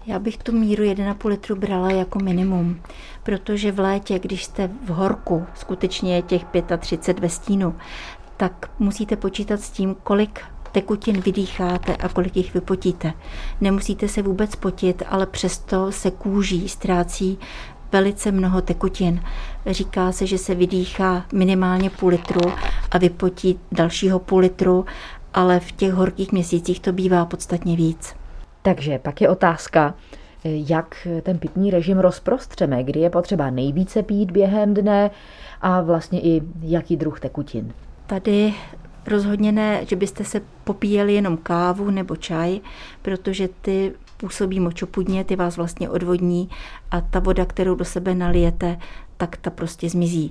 Já bych tu míru 1,5 litru brala jako minimum, protože v létě, když jste v horku, skutečně je těch 35 ve stínu, tak musíte počítat s tím, kolik tekutin vydýcháte a kolik jich vypotíte. Nemusíte se vůbec potit, ale přesto se kůží ztrácí velice mnoho tekutin. Říká se, že se vydýchá minimálně půl litru a vypotí dalšího půl litru, ale v těch horkých měsících to bývá podstatně víc. Takže pak je otázka, jak ten pitný režim rozprostřeme, kdy je potřeba nejvíce pít během dne a vlastně i jaký druh tekutin. Tady rozhodně ne, že byste se popíjeli jenom kávu nebo čaj, protože ty působí močopudně, ty vás vlastně odvodní a ta voda, kterou do sebe nalijete, tak ta prostě zmizí.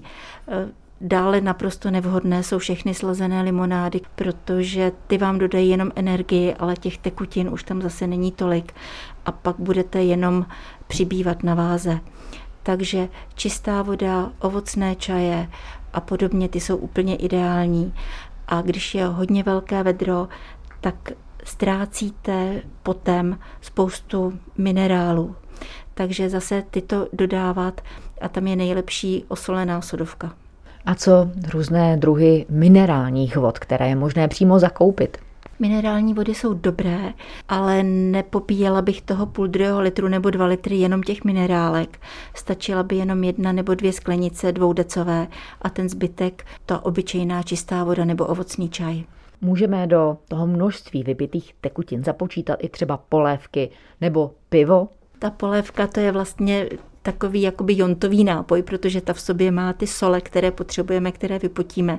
Dále naprosto nevhodné jsou všechny slazené limonády, protože ty vám dodají jenom energii, ale těch tekutin už tam zase není tolik a pak budete jenom přibývat na váze. Takže čistá voda, ovocné čaje a podobně, ty jsou úplně ideální. A když je hodně velké vedro, tak ztrácíte potem spoustu minerálů. Takže zase tyto dodávat a tam je nejlepší osolená sodovka. A co různé druhy minerálních vod, které je možné přímo zakoupit? Minerální vody jsou dobré, ale nepopíjela bych toho 0,5 litru nebo 2 litry jenom těch minerálek. Stačila by jenom 1 nebo 2 sklenice 2decové a ten zbytek ta obyčejná čistá voda nebo ovocný čaj. Můžeme do toho množství vypitých tekutin započítat i třeba polévky nebo pivo? Ta polévka to je vlastně takový jakoby jontový nápoj, protože ta v sobě má ty sole, které potřebujeme, které vypotíme.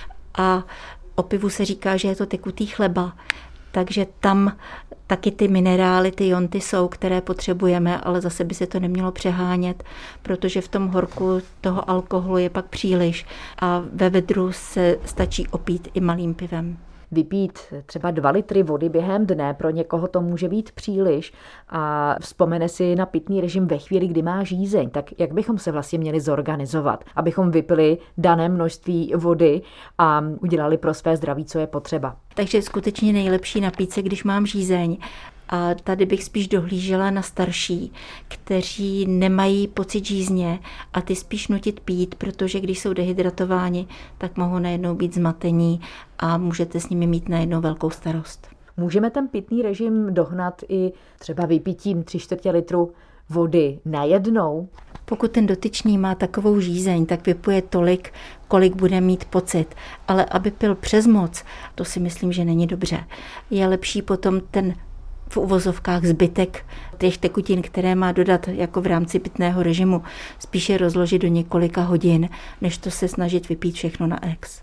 A o pivu se říká, že je to tekutý chleba, takže tam taky ty minerály, ty jonty jsou, které potřebujeme, ale zase by se to nemělo přehánět, protože v tom horku toho alkoholu je pak příliš a ve vedru se stačí opít i malým pivem. Vypít třeba 2 litry vody během dne, pro někoho to může být příliš a vzpomene si na pitný režim ve chvíli, kdy má žízeň. Tak jak bychom se vlastně měli zorganizovat, abychom vypili dané množství vody a udělali pro své zdraví, co je potřeba? Takže skutečně nejlepší napít se, když mám žízeň. A tady bych spíš dohlížela na starší, kteří nemají pocit žízně a ty spíš nutit pít, protože když jsou dehydratováni, tak mohou najednou být zmatení a můžete s nimi mít najednou velkou starost. Můžeme ten pitný režim dohnat i třeba vypitím 3/4 litru vody najednou? Pokud ten dotyčný má takovou žízeň, tak vypije tolik, kolik bude mít pocit. Ale aby pil přes moc, to si myslím, že není dobře. Je lepší potom ten v uvozovkách zbytek těch tekutin, které má dodat jako v rámci pitného režimu, spíše rozložit do několika hodin, než to se snažit vypít všechno na ex.